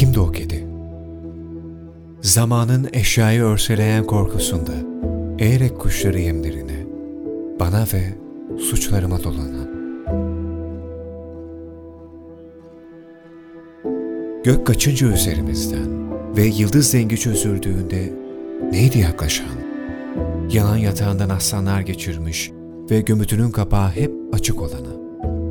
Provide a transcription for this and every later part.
Kimdi o kedi? Zamanın eşyayı örseleyen korkusunda, eğerek kuşları yemlerine, bana ve suçlarıma dolanan. Gök kaçınca üzerimizden ve yıldız dengi çözüldüğünde neydi yaklaşan? Yanan yatağından aslanlar geçirmiş ve gömütünün kapağı hep açık olanı.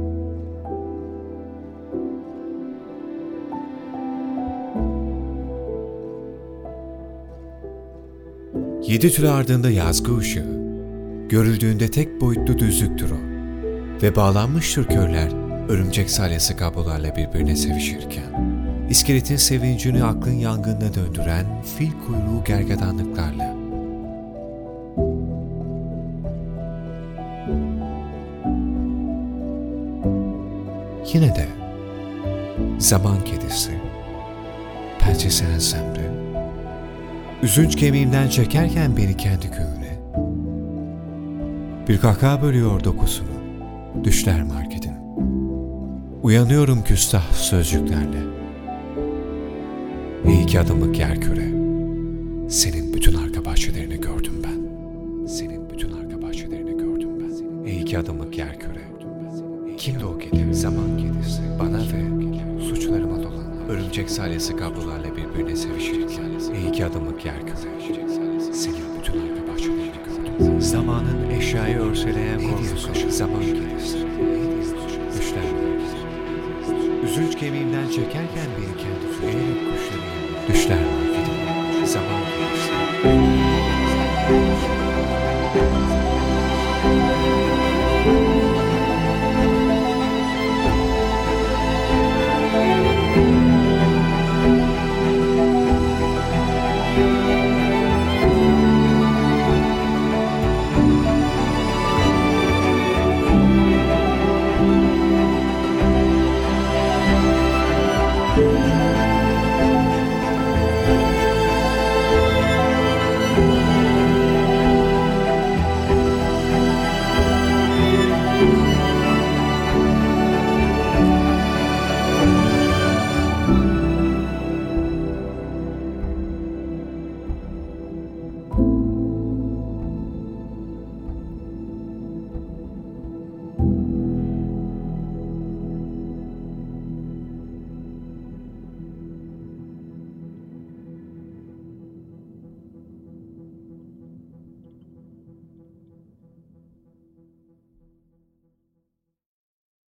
Yedi tül ardında yazgı ışığı, görüldüğünde tek boyutlu düzlüktür o ve bağlanmıştır körler örümcek salyası kablolarla birbirine sevişirken, iskeletin sevincini aklın yangınına döndüren fil kuyruğu gergedanlıklarla. Yine de zaman kedisi, pençesi ensemde, üzünç kemiğimden çekerken beni kendi köyüne, bir kahkaha bölüyor dokusunu, düşler marketin. Uyanıyorum küstah sözcüklerle. İyi ki adımlık yerküre, senin bütün arka bahçelerini gördüm ben. Senin bütün arka bahçelerini gördüm ben. İyi ki adımlık yerküre. Kimdi o kedi? Zaman kedisi. Bana ve suçlarıma dolanan. Örümcek salyası kablolarla birbirine sevişirken. İyi ki adımlık yerküre. Senin bütün arka bahçelerini gördüm. Zamanın eşyayı örseleyen korkusu. Zaman kedisi. Düşler. Üzünç kemiğimden çekerken beni kendi eğerek kuşları düşler.